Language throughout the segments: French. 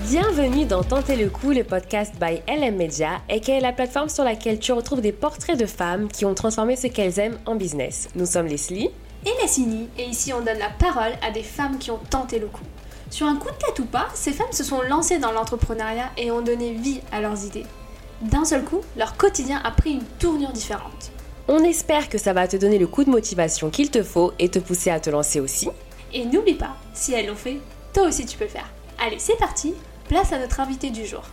Bienvenue dans Tenter le coup, le podcast by LM Media, et qui est la plateforme sur laquelle tu retrouves des portraits de femmes qui ont transformé ce qu'elles aiment en business. Nous sommes Leslie et Lassini, et ici on donne la parole à des femmes qui ont tenté le coup. Sur un coup de tête ou pas, ces femmes se sont lancées dans l'entrepreneuriat et ont donné vie à leurs idées. D'un seul coup, leur quotidien a pris une tournure différente. On espère que ça va te donner le coup de motivation qu'il te faut et te pousser à te lancer aussi. Et n'oublie pas, si elles l'ont fait, toi aussi tu peux le faire. Allez, c'est parti, place à notre invité du jour.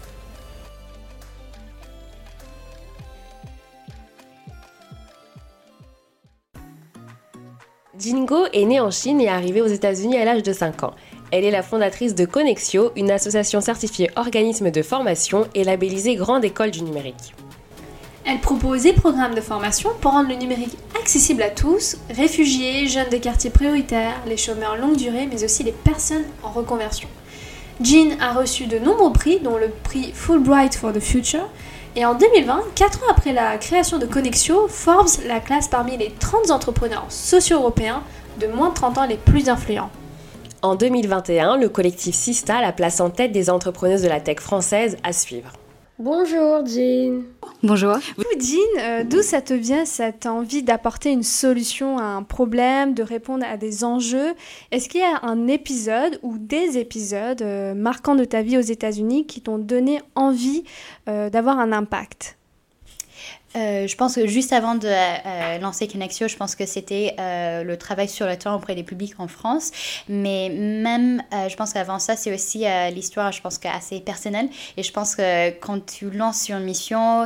Jingo est née en Chine et est arrivée aux États-Unis à l'âge de 5 ans. Elle est la fondatrice de Connexio, une association certifiée organisme de formation et labellisée Grande École du Numérique. Elle propose des programmes de formation pour rendre le numérique accessible à tous, réfugiés, jeunes des quartiers prioritaires, les chômeurs longue durée, mais aussi les personnes en reconversion. Jean a reçu de nombreux prix, dont le prix Fulbright for the Future, et en 2020, 4 ans après la création de Connexio, Forbes la classe parmi les 30 entrepreneurs socio-européens de moins de 30 ans les plus influents. En 2021, le collectif Sista la place en tête des entrepreneuses de la tech française à suivre. Bonjour Jean. Bonjour. Jean, d'où ça te vient cette envie d'apporter une solution à un problème, de répondre à des enjeux? Est-ce qu'il y a un épisode ou des épisodes marquants de ta vie aux États-Unis qui t'ont donné envie d'avoir un impact? Je pense que juste avant de lancer Connexio, je pense que c'était le travail sur le temps auprès des publics en France. Mais même, je pense qu'avant ça, c'est aussi l'histoire, je pense, assez personnelle. Et je pense que quand tu lances sur une mission,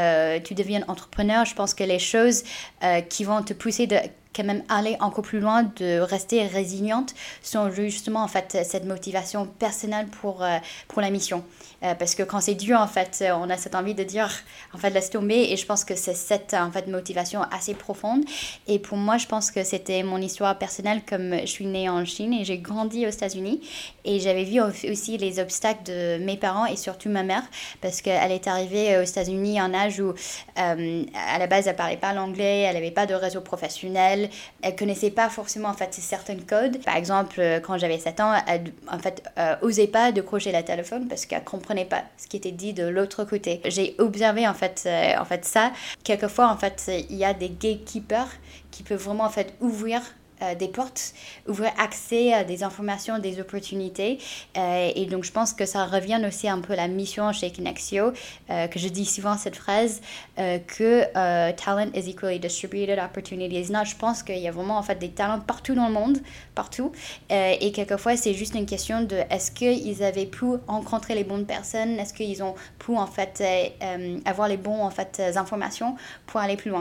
tu deviens entrepreneur, je pense que les choses qui vont te pousser de quand même aller encore plus loin, de rester résiliente, sont justement en fait cette motivation personnelle pour la mission. Parce que quand c'est dur, en fait, on a cette envie de dire, en fait, laisse tomber. Et je pense que c'est cette en fait, motivation assez profonde. Et pour moi, je pense que c'était mon histoire personnelle, comme je suis née en Chine et j'ai grandi aux États-Unis. Et j'avais vu aussi les obstacles de mes parents et surtout ma mère, parce qu'elle est arrivée aux États-Unis à un âge où, à la base, elle ne parlait pas l'anglais, elle n'avait pas de réseau professionnel, elle ne connaissait pas forcément en fait, certains codes. Par exemple, quand j'avais 7 ans, elle en fait, osait pas décrocher la téléphone parce qu'elle comprenait pas ce qui était dit de l'autre côté. J'ai observé en fait ça. Quelquefois, en fait, il y a des gatekeepers qui peuvent vraiment en fait ouvrir des portes, ouvrir accès à des informations, des opportunités. Et donc, je pense que ça revient aussi un peu à la mission chez Connexio, que je dis souvent cette phrase, que talent is equally distributed, opportunity is not. Je pense qu'il y a vraiment en fait des talents partout dans le monde, partout. Et quelquefois, c'est juste une question de est-ce qu'ils avaient pu rencontrer les bonnes personnes, est-ce qu'ils ont pu en fait avoir les bons en fait informations pour aller plus loin.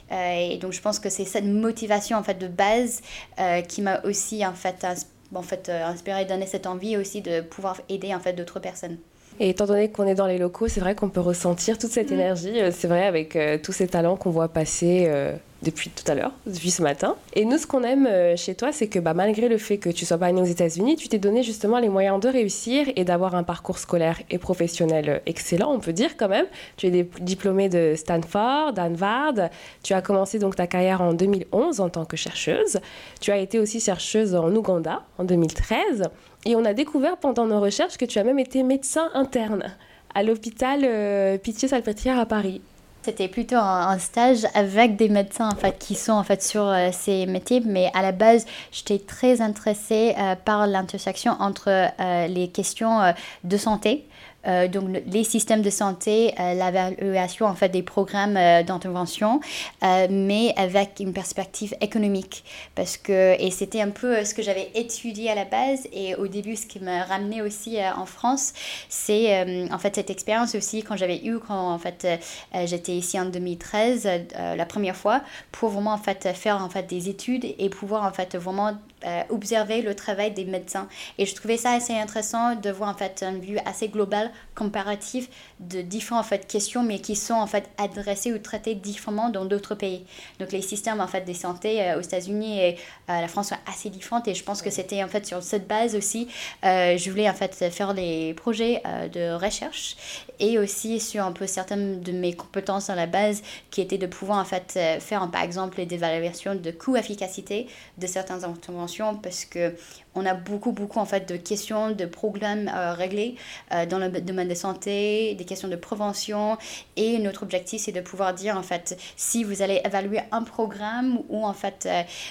Et donc, je pense que c'est cette motivation en fait de base qui m'a aussi en fait inspiré, donné cette envie aussi de pouvoir aider en fait d'autres personnes. Et étant donné qu'on est dans les locaux, c'est vrai qu'on peut ressentir toute cette énergie, c'est vrai, avec tous ces talents qu'on voit passer depuis tout à l'heure, depuis ce matin. Et nous, ce qu'on aime chez toi, c'est que malgré le fait que tu sois pas né aux États-Unis, tu t'es donné justement les moyens de réussir et d'avoir un parcours scolaire et professionnel excellent, on peut dire quand même. Tu es diplômée de Stanford, d'Harvard. Tu as commencé donc ta carrière en 2011 en tant que chercheuse. Tu as été aussi chercheuse en Ouganda en 2013. Et on a découvert pendant nos recherches que tu as même été médecin interne à l'hôpital Pitié-Salpêtrière à Paris. C'était plutôt un stage avec des médecins en fait, qui sont en fait, sur ces métiers, mais à la base, j'étais très intéressée par l'intersection entre les questions de santé, donc les systèmes de santé, l'évaluation en fait, des programmes d'intervention, mais avec une perspective économique. Et c'était un peu ce que j'avais étudié à la base, et au début, ce qui m'a ramené aussi en France, c'est en fait cette expérience aussi quand en fait, j'étais ici en 2013, la première fois, pour vraiment en fait, faire en fait, des études et pouvoir en fait, vraiment observer le travail des médecins. Et je trouvais ça assez intéressant de voir en fait une vue assez globale, comparative de différentes en fait, questions, mais qui sont en fait adressées ou traitées différemment dans d'autres pays. Donc les systèmes en fait des santé aux États-Unis et la France sont assez différents, et je pense que c'était en fait sur cette base aussi, je voulais en fait faire des projets de recherche, et aussi sur un peu certaines de mes compétences à la base, qui étaient de pouvoir en fait faire par exemple des évaluations de coût-efficacité de certaines interventions intervention parce que on a beaucoup en fait de questions, de problèmes réglés dans le domaine de santé, des questions de prévention, et notre objectif c'est de pouvoir dire en fait si vous allez évaluer un programme ou en fait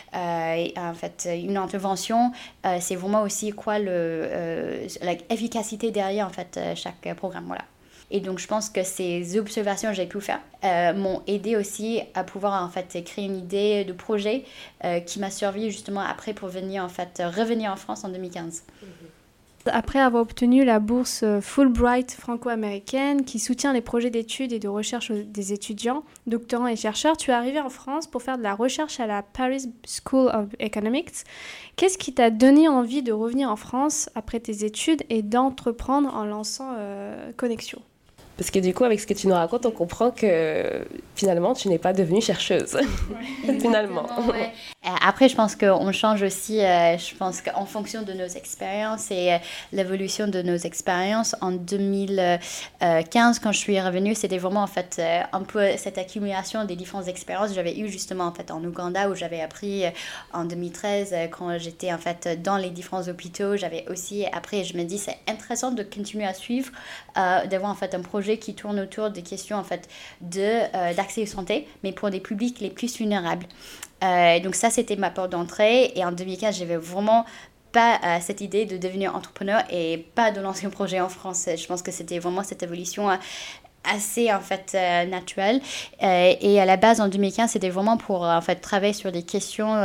une intervention, c'est vraiment aussi quoi l'efficacité derrière en fait chaque programme, voilà. Et donc, je pense que ces observations que j'ai pu faire m'ont aidé aussi à pouvoir en fait créer une idée de projet qui m'a servi justement après pour revenir en France en 2015. Après avoir obtenu la bourse Fulbright franco-américaine qui soutient les projets d'études et de recherche des étudiants, doctorants et chercheurs, tu es arrivé en France pour faire de la recherche à la Paris School of Economics. Qu'est-ce qui t'a donné envie de revenir en France après tes études et d'entreprendre en lançant Connexio ? Parce que du coup, avec ce que tu nous racontes, on comprend que finalement, tu n'es pas devenue chercheuse. Ouais. Finalement. Ouais. Après, je pense qu'on change aussi, je pense qu'en fonction de nos expériences et l'évolution de nos expériences. En 2015, quand je suis revenue, c'était vraiment en fait un peu cette accumulation des différentes expériences. J'avais eu justement en fait en Ouganda où j'avais appris en 2013 quand j'étais en fait dans les différents hôpitaux. J'avais aussi, après, je me dis c'est intéressant de continuer à suivre, d'avoir en fait un projet qui tourne autour des questions en fait d'accès aux santé, mais pour des publics les plus vulnérables. Donc ça, c'était ma porte d'entrée. Et en 2015, j'avais vraiment pas cette idée de devenir entrepreneur et pas de lancer un projet en France. Je pense que c'était vraiment cette évolution assez en fait naturelle, et à la base en 2015 c'était vraiment pour en fait travailler sur des questions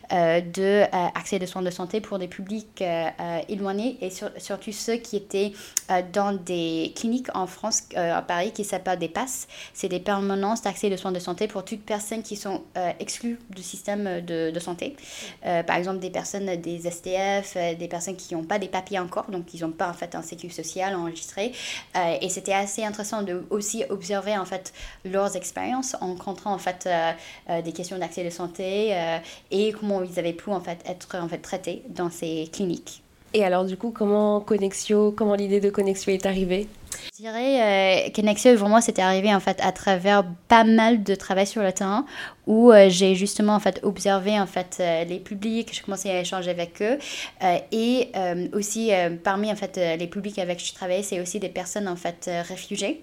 de accès de soins de santé pour des publics éloignés et surtout ceux qui étaient dans des cliniques en France, à Paris, qui s'appellent des PASS. C'est des permanences d'accès de soins de santé pour toutes personnes qui sont exclues du système de santé, par exemple des personnes, des SDF, des personnes qui n'ont pas des papiers encore, donc ils n'ont pas en fait un sécu social enregistré, et c'était assez intéressant de aussi observer en fait leurs expériences en rencontrant en fait des questions d'accès de santé et comment ils avaient pu en fait être en fait traités dans ces cliniques. Et alors du coup, comment l'idée de Connexio est arrivée ? Je dirais que Connexio, vraiment, c'était arrivé en fait à travers pas mal de travail sur le terrain où j'ai justement en fait observé en fait les publics, je commençais à échanger avec eux, et aussi parmi en fait les publics avec qui je travaillais, c'est aussi des personnes en fait réfugiées,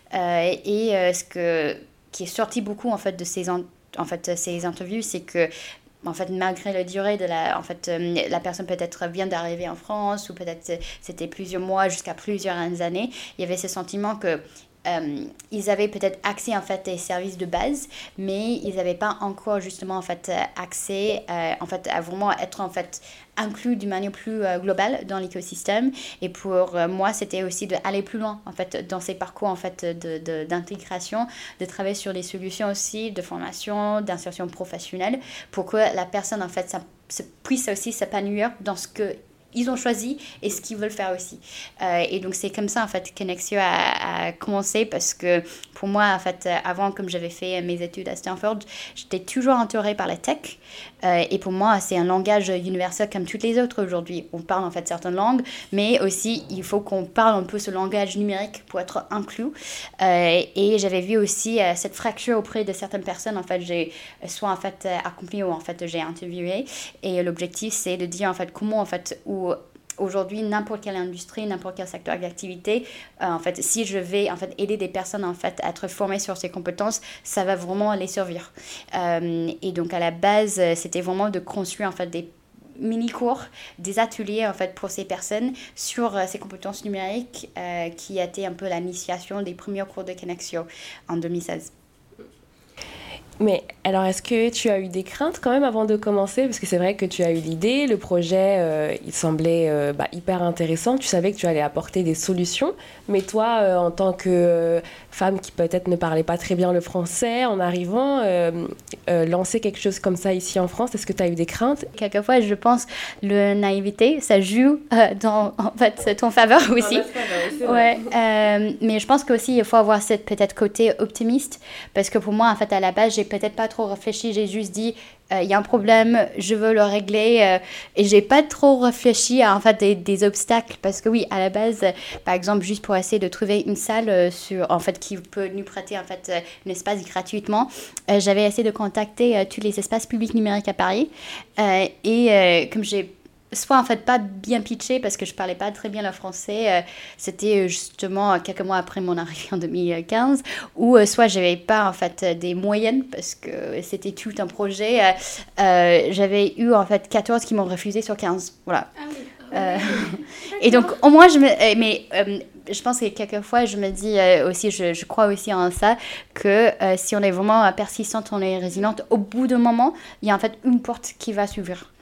et qui est sorti beaucoup en fait de ces interviews, c'est que en fait, malgré la durée de la personne peut-être vient d'arriver en France, ou peut-être c'était plusieurs mois jusqu'à plusieurs années, il y avait ce sentiment que ils avaient peut-être accès en fait aux services de base, mais ils n'avaient pas encore justement en fait accès en fait à vraiment être en fait inclus d'une manière plus globale dans l'écosystème. Et pour moi, c'était aussi d'aller plus loin en fait dans ces parcours en fait d'intégration, de travailler sur des solutions aussi de formation, d'insertion professionnelle, pour que la personne en fait puisse aussi s'épanouir dans ce que ils ont choisi et ce qu'ils veulent faire aussi. Et donc, c'est comme ça, en fait, que Connexio a commencé, parce que pour moi, en fait, avant, comme j'avais fait mes études à Stanford, j'étais toujours entourée par la tech. Et pour moi, c'est un langage universel comme toutes les autres aujourd'hui. On parle, en fait, certaines langues, mais aussi, il faut qu'on parle un peu ce langage numérique pour être inclus. Et j'avais vu aussi cette fracture auprès de certaines personnes. En fait, j'ai soit, en fait, accompagné ou, en fait, j'ai interviewé. Et l'objectif, c'est de dire, en fait, comment, en fait, aujourd'hui, n'importe quelle industrie, n'importe quel secteur d'activité, en fait, si je vais en fait aider des personnes en fait à être formées sur ces compétences, ça va vraiment les servir. Et donc à la base, c'était vraiment de construire en fait des mini-cours, des ateliers en fait pour ces personnes sur ces compétences numériques, qui a été un peu l'initiation des premiers cours de Connexio en 2016. Mais alors, est-ce que tu as eu des craintes quand même avant de commencer ? Parce que c'est vrai que tu as eu l'idée, le projet, il semblait hyper intéressant. Tu savais que tu allais apporter des solutions. Mais toi, en tant que femme qui peut-être ne parlait pas très bien le français, en arrivant, lancer quelque chose comme ça ici en France, est-ce que tu as eu des craintes ? Quelquefois, je pense, la naïveté, ça joue dans en fait, ton faveur aussi. Ouais, mais je pense qu'aussi, il faut avoir cette peut-être côté optimiste. Parce que pour moi, en fait, à la base, j'ai peut-être pas trop réfléchi, j'ai juste dit il y a un problème, je veux le régler et j'ai pas trop réfléchi à en fait des obstacles parce que oui, à la base, par exemple, juste pour essayer de trouver une salle en fait qui peut nous prêter en fait un espace gratuitement, j'avais essayé de contacter tous les espaces publics numériques à Paris comme j'ai soit en fait pas bien pitché parce que je parlais pas très bien le français, c'était justement quelques mois après mon arrivée en 2015, ou soit j'avais pas en fait des moyennes parce que c'était tout un projet. J'avais eu en fait 14 qui m'ont refusé sur 15, voilà. Ah oui. Et donc au moins je pense que quelquefois je me dis aussi, je crois aussi en ça, que si on est vraiment persistante, on est résiliente, au bout d'un moment il y a en fait une porte qui va s'ouvrir.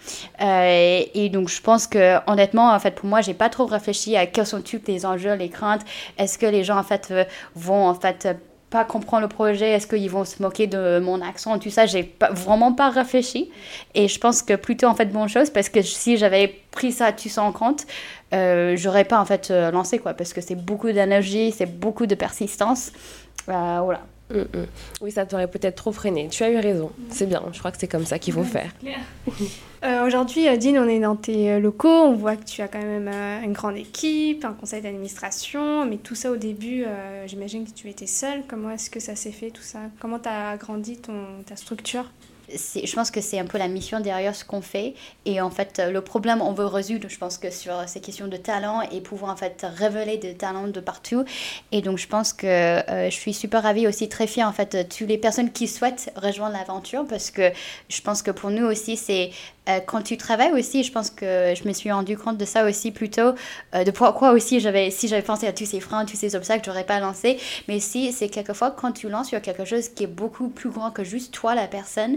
Et donc je pense que honnêtement en fait pour moi j'ai pas trop réfléchi à quels sont tous les enjeux, les craintes, est-ce que les gens en fait vont en fait pas comprendre le projet, est-ce qu'ils vont se moquer de mon accent, tout ça, vraiment pas réfléchi. Et je pense que plutôt en fait bonne chose, parce que si j'avais pris ça tout ça en compte, j'aurais pas en fait lancé quoi, parce que c'est beaucoup d'énergie, c'est beaucoup de persistance, voilà. Oui, ça t'aurait peut-être trop freiné. Tu as eu raison. C'est bien. Je crois que c'est comme ça qu'il faut faire. Aujourd'hui, Jean, on est dans tes locaux. On voit que tu as quand même une grande équipe, un conseil d'administration. Mais tout ça, au début, j'imagine que tu étais seule. Comment est-ce que ça s'est fait, tout ça? Comment tu as agrandi ta structure? Je pense que c'est un peu la mission derrière ce qu'on fait. Et en fait, le problème, on veut résoudre, je pense, que sur ces questions de talent et pouvoir en fait révéler des talents de partout. Et donc, je pense que je suis super ravie aussi, très fière en fait, de toutes les personnes qui souhaitent rejoindre l'aventure, parce que je pense que pour nous aussi, c'est quand tu travailles aussi, je pense que je me suis rendu compte de ça aussi plutôt, de pourquoi aussi si j'avais pensé à tous ces freins, tous ces obstacles, j'aurais pas lancé. Mais si c'est quelquefois quand tu lances sur quelque chose qui est beaucoup plus grand que juste toi, la personne,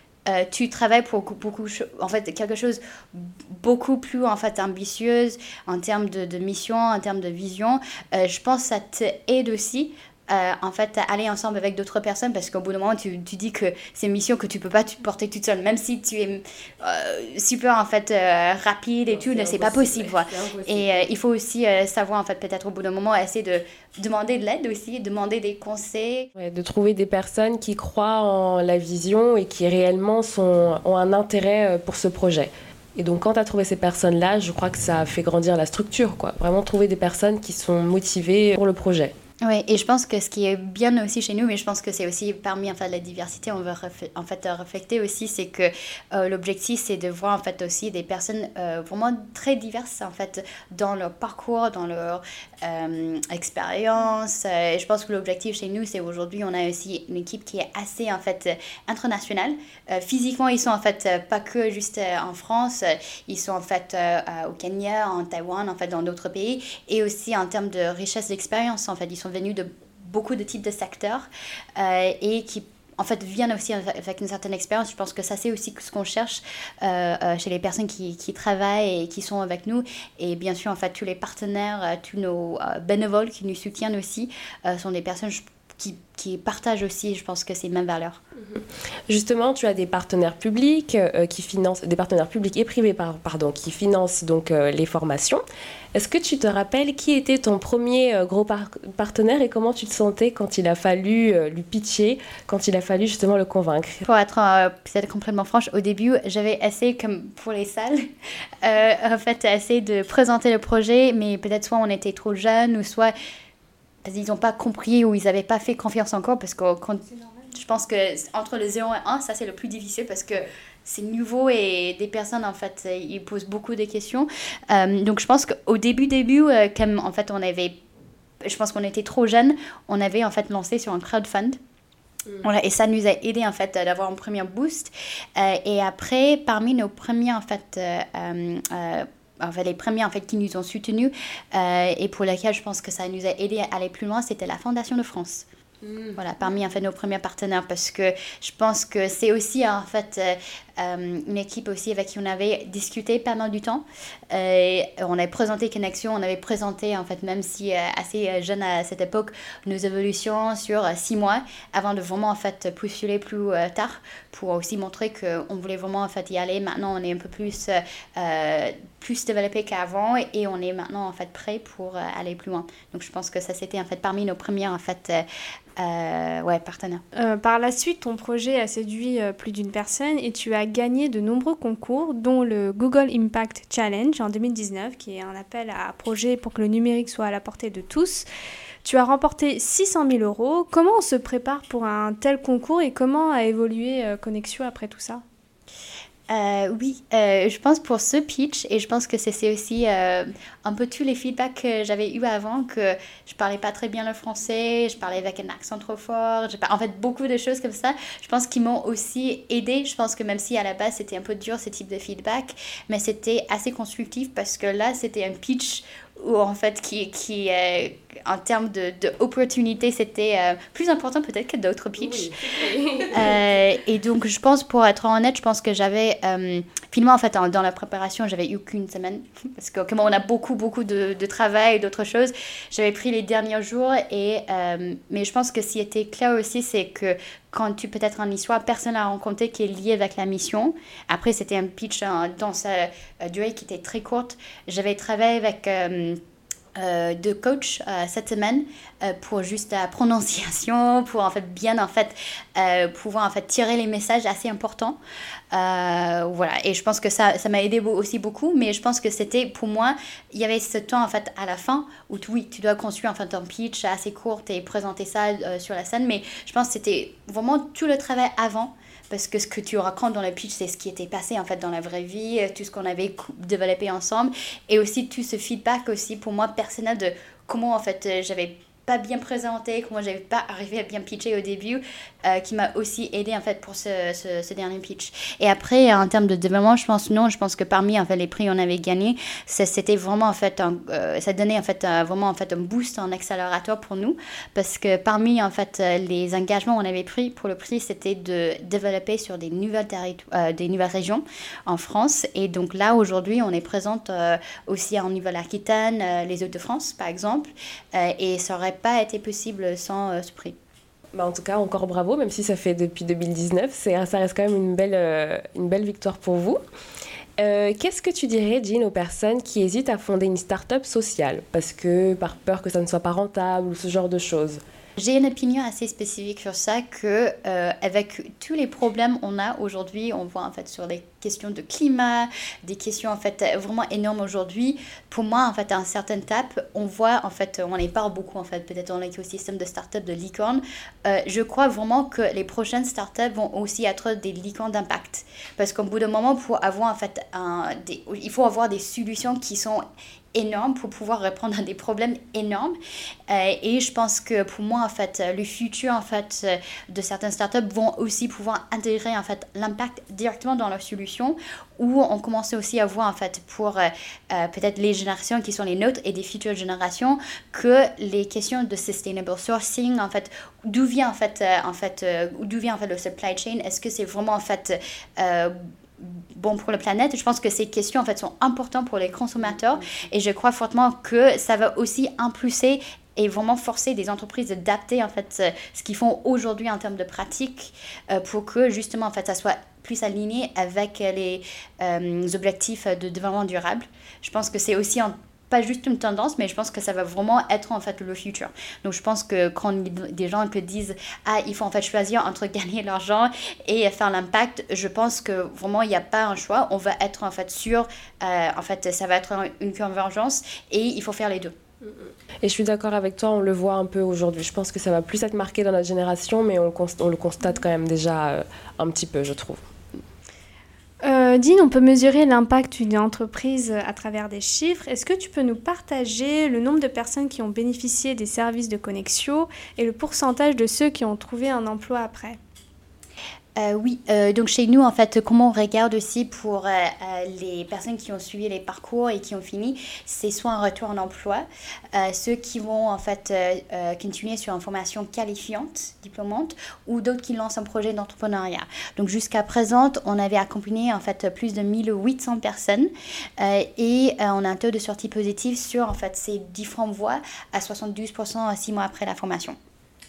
tu travailles pour en fait quelque chose beaucoup plus en fait ambitieuse en termes de mission, en termes de vision. Je pense que ça t'aide aussi en fait à aller ensemble avec d'autres personnes, parce qu'au bout d'un moment tu dis que c'est une mission que tu peux pas porter toute seule, même si tu es super en fait rapide et tout, c'est pas possible quoi. Et il faut aussi savoir en fait peut-être au bout d'un moment essayer de demander de l'aide aussi, demander des conseils. Ouais, de trouver des personnes qui croient en la vision et qui réellement ont un intérêt pour ce projet. Et donc quand tu as trouvé ces personnes-là, je crois que ça a fait grandir la structure, quoi. Vraiment trouver des personnes qui sont motivées pour le projet. Oui, et je pense que ce qui est bien aussi chez nous, mais je pense que c'est aussi parmi en fait, la diversité, on veut en fait refléter aussi, c'est que l'objectif c'est de voir en fait aussi des personnes vraiment très diverses en fait dans leur parcours, dans leur expérience. Et je pense que l'objectif chez nous, c'est aujourd'hui on a aussi une équipe qui est assez en fait internationale. Physiquement, ils sont en fait pas que juste en France, ils sont en fait au Kenya, en Taïwan, en fait dans d'autres pays, et aussi en termes de richesse d'expérience, en fait ils sont venus de beaucoup de types de secteurs et qui en fait viennent aussi avec une certaine expérience. Je pense que ça c'est aussi ce qu'on cherche chez les personnes qui travaillent et qui sont avec nous, et bien sûr en fait tous les partenaires, tous nos bénévoles qui nous soutiennent aussi sont des personnes qui partagent aussi, je pense que c'est les mêmes valeurs. Justement, tu as des partenaires publics qui financent, des partenaires publics et privés qui financent donc les formations. Est-ce que tu te rappelles qui était ton premier gros partenaire et comment tu te sentais quand il a fallu lui pitcher, quand il a fallu justement le convaincre? Pour être peut-être complètement franche, au début, j'avais essayé, comme pour les salles, en fait, essayé de présenter le projet, mais peut-être soit on était trop jeunes ou soit parce qu'ils n'ont pas compris ou ils n'avaient pas fait confiance encore, parce que je pense que entre le 0 et 1, ça c'est le plus difficile parce que c'est nouveau et des personnes en fait ils posent beaucoup de questions. Donc je pense qu'au début comme en fait je pense qu'on était trop jeunes, on avait en fait lancé sur un crowdfund. Voilà, et ça nous a aidé en fait d'avoir un premier boost. Et après, parmi nos premiers en fait les premiers en fait qui nous ont soutenus et pour lesquels je pense que ça nous a aidé à aller plus loin, c'était la Fondation de France. Voilà, parmi en fait nos premiers partenaires, parce que je pense que c'est aussi en fait une équipe aussi avec qui on avait discuté pendant du temps. On avait présenté Connexion, on avait présenté en fait, même si assez jeune à cette époque, nos évolutions sur 6 mois avant de vraiment en fait postuler plus tard, pour aussi montrer qu'on voulait vraiment en fait y aller. Maintenant on est un peu plus plus développé qu'avant et on est maintenant en fait prêt pour aller plus loin. Donc je pense que ça c'était en fait parmi nos premiers en fait partenaires. Par la suite, ton projet a séduit plus d'une personne et tu as gagné de nombreux concours, dont le Google Impact Challenge en 2019, qui est un appel à projet pour que le numérique soit à la portée de tous. Tu as remporté 600 000 €. Comment on se prépare pour un tel concours et comment a évolué Connexio après tout ça ? Je pense pour ce pitch, et je pense que c'est aussi un peu tous les feedbacks que j'avais eu avant, que je parlais pas très bien le français, je parlais avec un accent trop fort, en fait beaucoup de choses comme ça, je pense qu'ils m'ont aussi aidé. Je pense que même si à la base c'était un peu dur ce type de feedback, mais c'était assez constructif parce que là c'était un pitch où en fait qui en termes de opportunité c'était plus important peut-être que d'autres pitchs. Oui. Et donc je pense, pour être honnête, je pense que j'avais finalement en fait dans la préparation j'avais eu qu'une semaine parce que comme on a beaucoup de travail et d'autres choses, j'avais pris les derniers jours mais je pense que ce qui était clair aussi c'est que quand tu peut-être une histoire personne à rencontrer qui est liée avec la mission. Après, c'était un pitch dans sa durée qui était très courte. J'avais travaillé avec deux coachs cette semaine pour juste la prononciation, pour en fait bien en fait pouvoir en fait tirer les messages assez importants. Voilà, et je pense que ça m'a aidé aussi beaucoup, mais je pense que c'était pour moi, il y avait ce temps en fait à la fin où tu dois construire en fait un pitch assez court et présenter ça sur la scène, mais je pense que c'était vraiment tout le travail avant. Parce que ce que tu racontes dans le pitch, c'est ce qui était passé en fait dans la vraie vie, tout ce qu'on avait développé ensemble. Et aussi tout ce feedback aussi pour moi personnel de comment en fait j'avais pas bien présenté, comment j'avais pas arrivé à bien pitcher au début, qui m'a aussi aidé en fait pour ce dernier pitch. Et après en termes de développement, je pense que parmi en fait les prix qu'on avait gagnés, c'était vraiment en fait ça donnait en fait vraiment en fait un boost, un accélérateur pour nous, parce que parmi en fait les engagements qu'on avait pris pour le prix, c'était de développer sur des nouvelles régions en France. Et donc là aujourd'hui on est présente aussi en Nouvelle-Aquitaine, les Hauts-de-France par exemple, et ça aurait pas été possible sans ce prix. Bah en tout cas, encore bravo, même si ça fait depuis 2019, ça reste quand même une belle victoire pour vous. Qu'est-ce que tu dirais, Jean, aux personnes qui hésitent à fonder une start-up sociale parce que par peur que ça ne soit pas rentable ou ce genre de choses? J'ai une opinion assez spécifique sur ça, que avec tous les problèmes on a aujourd'hui, on voit en fait sur les questions de climat, des questions en fait vraiment énormes aujourd'hui. Pour moi en fait à un certain étape, on voit en fait, on les parle beaucoup en fait peut-être dans l'écosystème de start-up de licorne. Je crois vraiment que les prochaines start-up vont aussi être des licornes d'impact, parce qu'au bout d'un moment pour avoir en fait il faut avoir des solutions qui sont énorme pour pouvoir répondre à des problèmes énormes, et je pense que pour moi en fait le futur en fait de certaines startups vont aussi pouvoir intégrer en fait l'impact directement dans leur solution, où on commence aussi à voir en fait pour peut-être les générations qui sont les nôtres et des futures générations, que les questions de sustainable sourcing en fait, d'où vient en fait le supply chain, est-ce que c'est vraiment en fait bon pour la planète. Je pense que ces questions en fait sont importantes pour les consommateurs, et je crois fortement que ça va aussi impulser et vraiment forcer des entreprises d'adapter en fait ce qu'ils font aujourd'hui en termes de pratique, pour que justement en fait ça soit plus aligné avec les objectifs de développement durable. Je pense que c'est aussi pas juste une tendance, mais je pense que ça va vraiment être en fait le futur. Donc je pense que quand des gens disent il faut en fait choisir entre gagner l'argent et faire l'impact, je pense que vraiment il n'y a pas un choix. On va être en fait sûr, en fait ça va être une convergence et il faut faire les deux. Et je suis d'accord avec toi, on le voit un peu aujourd'hui. Je pense que ça va plus être marqué dans notre génération, mais on le constate quand même déjà un petit peu, je trouve. Dean, on peut mesurer l'impact d'une entreprise à travers des chiffres. Est-ce que tu peux nous partager le nombre de personnes qui ont bénéficié des services de Connexio et le pourcentage de ceux qui ont trouvé un emploi après ? Donc chez nous en fait, comment on regarde aussi pour les personnes qui ont suivi les parcours et qui ont fini, c'est soit un retour en emploi, ceux qui vont en fait continuer sur une formation qualifiante, diplômante, ou d'autres qui lancent un projet d'entrepreneuriat. Donc jusqu'à présent, on avait accompagné en fait plus de 1800 personnes, et on a un taux de sortie positif sur en fait ces différentes voies à 72% 6 mois après la formation.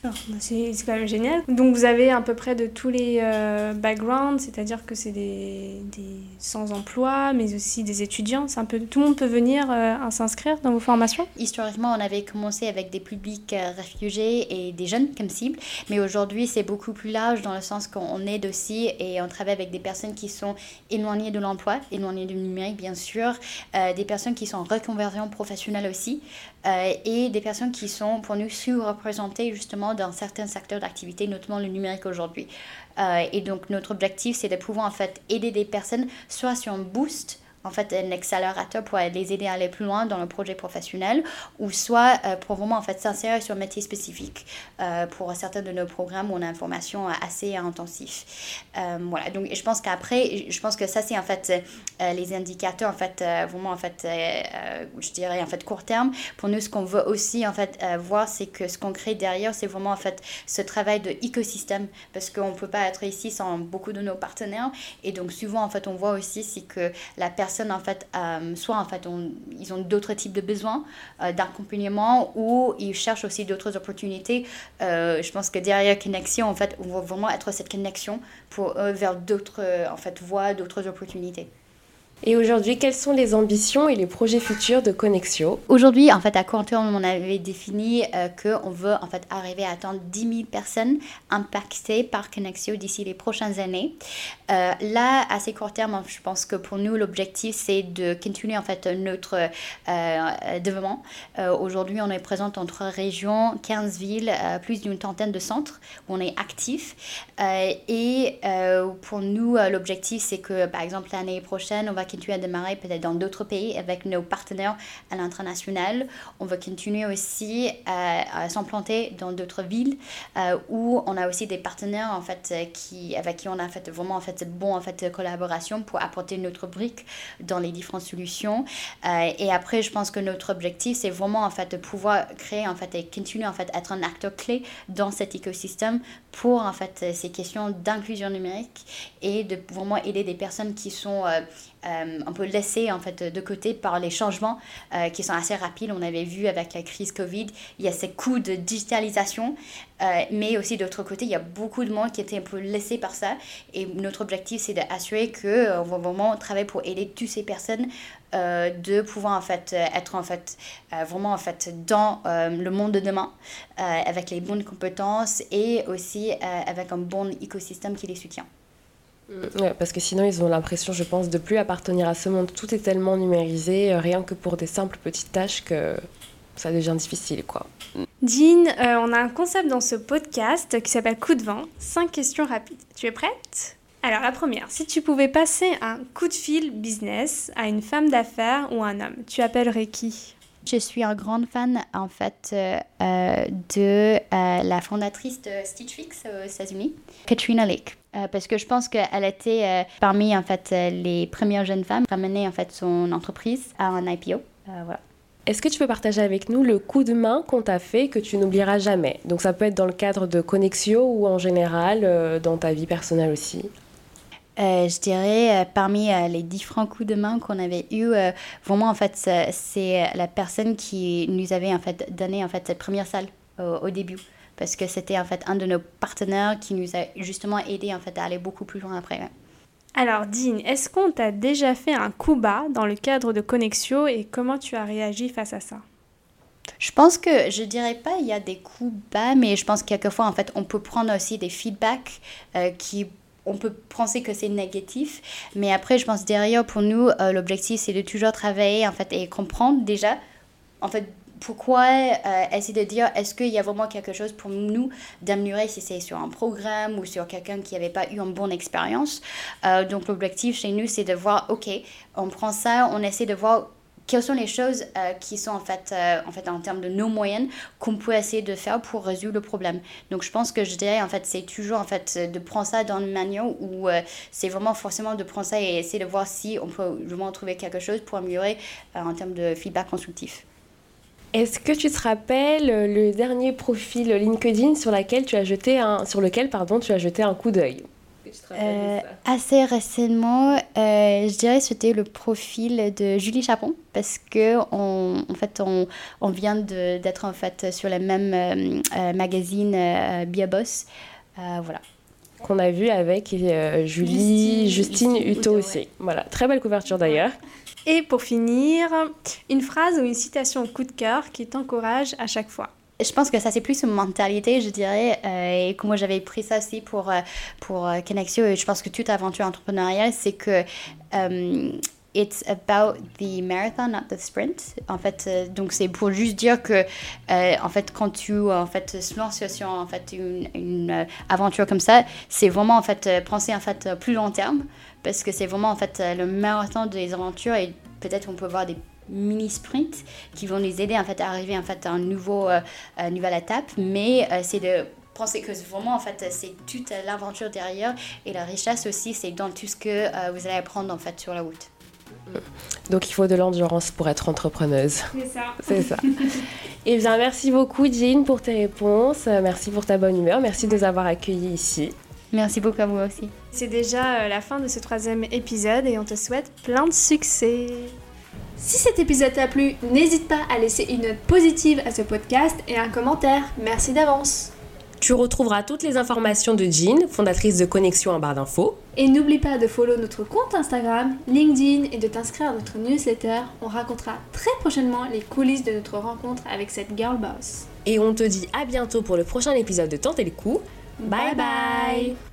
Alors, c'est quand même génial. Donc vous avez à peu près de tous les backgrounds, c'est-à-dire que c'est des sans-emploi, mais aussi des étudiants. C'est un peu, tout le monde peut venir s'inscrire dans vos formations? Historiquement, on avait commencé avec des publics réfugiés et des jeunes comme cible, mais aujourd'hui c'est beaucoup plus large dans le sens qu'on aide aussi et on travaille avec des personnes qui sont éloignées de l'emploi, éloignées du numérique bien sûr, des personnes qui sont en reconversion professionnelle aussi, et des personnes qui sont pour nous sous-représentées justement dans certains secteurs d'activité, notamment le numérique aujourd'hui. Et donc notre objectif c'est de pouvoir en fait aider des personnes soit sur un boost, en fait un accélérateur pour les aider à aller plus loin dans le projet professionnel, ou soit pour vraiment en fait s'insérer sur un métier spécifique. Pour certains de nos programmes, on a une formation assez intensive. Voilà, donc je pense qu'après, je pense que ça c'est en fait les indicateurs en fait vraiment en fait je dirais en fait court terme. Pour nous, ce qu'on veut aussi en fait voir, c'est que ce qu'on crée derrière, c'est vraiment en fait ce travail de écosystème, parce qu'on peut pas être ici sans beaucoup de nos partenaires, et donc souvent en fait on voit aussi c'est que la personne en fait, soit en fait ils ont d'autres types de besoins d'accompagnement, ou ils cherchent aussi d'autres opportunités. Je pense que derrière Connexion, en fait, on va vraiment être cette connexion pour vers d'autres en fait, voies, d'autres opportunités. Et aujourd'hui, quelles sont les ambitions et les projets futurs de Connexio? Aujourd'hui, en fait, à court terme, on avait défini qu'on veut en fait arriver à atteindre 10 000 personnes impactées par Connexio d'ici les prochaines années. Là, à assez court terme, je pense que pour nous, l'objectif, c'est de continuer en fait notre développement. Aujourd'hui, on est présent en 3 régions, 15 villes, plus d'une trentaine de centres où on est actif. Et pour nous, l'objectif, c'est que, par exemple, l'année prochaine, on va continuer à démarrer peut-être dans d'autres pays avec nos partenaires à l'international. On va continuer aussi à s'implanter dans d'autres villes où on a aussi des partenaires en fait avec qui on a fait vraiment en fait cette bonne en fait collaboration pour apporter notre brique dans les différentes solutions. Et après, je pense que notre objectif, c'est vraiment en fait de pouvoir créer en fait et continuer en fait à être un acteur clé dans cet écosystème pour en fait ces questions d'inclusion numérique, et de vraiment aider des personnes qui sont un peu laissées en fait de côté par les changements qui sont assez rapides. On avait vu avec la crise Covid, il y a ces coûts de digitalisation, mais aussi d'autre côté, il y a beaucoup de monde qui était un peu laissé par ça. Et notre objectif, c'est d'assurer qu'on va vraiment travailler pour aider toutes ces personnes de pouvoir en fait être en fait vraiment en fait dans le monde de demain avec les bonnes compétences et aussi avec un bon écosystème qui les soutient. Ouais, parce que sinon ils ont l'impression, je pense, de plus appartenir à ce monde. Tout est tellement numérisé, rien que pour des simples petites tâches, que ça devient difficile, quoi. Jean, on a un concept dans ce podcast qui s'appelle Coup de vent, 5 questions rapides. Tu es prête? Alors la première, si tu pouvais passer un coup de fil business à une femme d'affaires ou un homme, tu appellerais qui? Je suis un grande fan en fait de la fondatrice de Stitch Fix aux États-Unis, Katrina Lake. Parce que je pense qu'elle était parmi en fait les premières jeunes femmes à mener en fait son entreprise à un IPO. Voilà. Est-ce que tu peux partager avec nous le coup de main qu'on t'a fait que tu n'oublieras jamais? Donc ça peut être dans le cadre de Connexio ou en général dans ta vie personnelle aussi. Je dirais parmi les différents coups de main qu'on avait eus, vraiment en fait c'est la personne qui nous avait en fait donné en fait cette première salle au début, parce que c'était en fait un de nos partenaires qui nous a justement aidé en fait à aller beaucoup plus loin après. Ouais. Alors Dean, est-ce qu'on t'a déjà fait un coup bas dans le cadre de Connexio et comment tu as réagi face à ça? Je pense que, je dirais pas il y a des coups bas, mais je pense que quelquefois en fait on peut prendre aussi des feedbacks qui on peut penser que c'est négatif, mais après je pense derrière pour nous l'objectif c'est de toujours travailler en fait et comprendre déjà en fait pourquoi essayer de dire est-ce qu'il y a vraiment quelque chose pour nous d'améliorer, si c'est sur un programme ou sur quelqu'un qui n'avait pas eu une bonne expérience. Donc l'objectif chez nous c'est de voir ok, on prend ça, on essaie de voir quelles sont les choses qui sont en fait en termes de nos moyennes qu'on peut essayer de faire pour résoudre le problème. Donc je pense que je dirais en fait c'est toujours en fait de prendre ça dans une manière où c'est vraiment forcément de prendre ça et essayer de voir si on peut vraiment trouver quelque chose pour améliorer en termes de feedback constructif. Est-ce que tu te rappelles le dernier profil LinkedIn sur lequel tu as jeté un coup d'œil? tu te rappelles de ça? Assez récemment, je dirais que c'était le profil de Julie Chapon parce que on vient d'être en fait sur le même magazine BioBoss. Voilà. Qu'on a vu avec Justine Hutto aussi. Ouais. Voilà, très belle couverture d'ailleurs. Et pour finir, une phrase ou une citation coup de cœur qui t'encourage à chaque fois. Je pense que ça, c'est plus une mentalité, je dirais, et que moi, j'avais pris ça aussi pour Connexio, et je pense que toute aventure entrepreneuriale, c'est que it's about the marathon, not the sprint. En fait, donc c'est pour juste dire que, en fait, quand tu se lances sur en fait, une aventure comme ça, c'est vraiment, en fait, penser, en fait, plus long terme, parce que c'est vraiment, en fait, le marathon des aventures, et peut-être on peut voir des mini-sprints qui vont nous aider en fait à arriver en fait à une nouvelle étape, mais c'est de penser que vraiment en fait c'est toute l'aventure derrière, et la richesse aussi c'est dans tout ce que vous allez apprendre en fait sur la route. Donc il faut de l'endurance pour être entrepreneuse. C'est ça. Et bien merci beaucoup Jean pour tes réponses, merci pour ta bonne humeur, merci de nous avoir accueillis ici. Merci beaucoup à vous aussi. C'est déjà la fin de ce 3e épisode et on te souhaite plein de succès. Si cet épisode t'a plu, n'hésite pas à laisser une note positive à ce podcast et un commentaire. Merci d'avance. Tu retrouveras toutes les informations de Jean, fondatrice de Connexio en barre d'infos. Et n'oublie pas de follow notre compte Instagram, LinkedIn et de t'inscrire à notre newsletter. On racontera très prochainement les coulisses de notre rencontre avec cette girl boss. Et on te dit à bientôt pour le prochain épisode de Tenter le coup. Bye bye.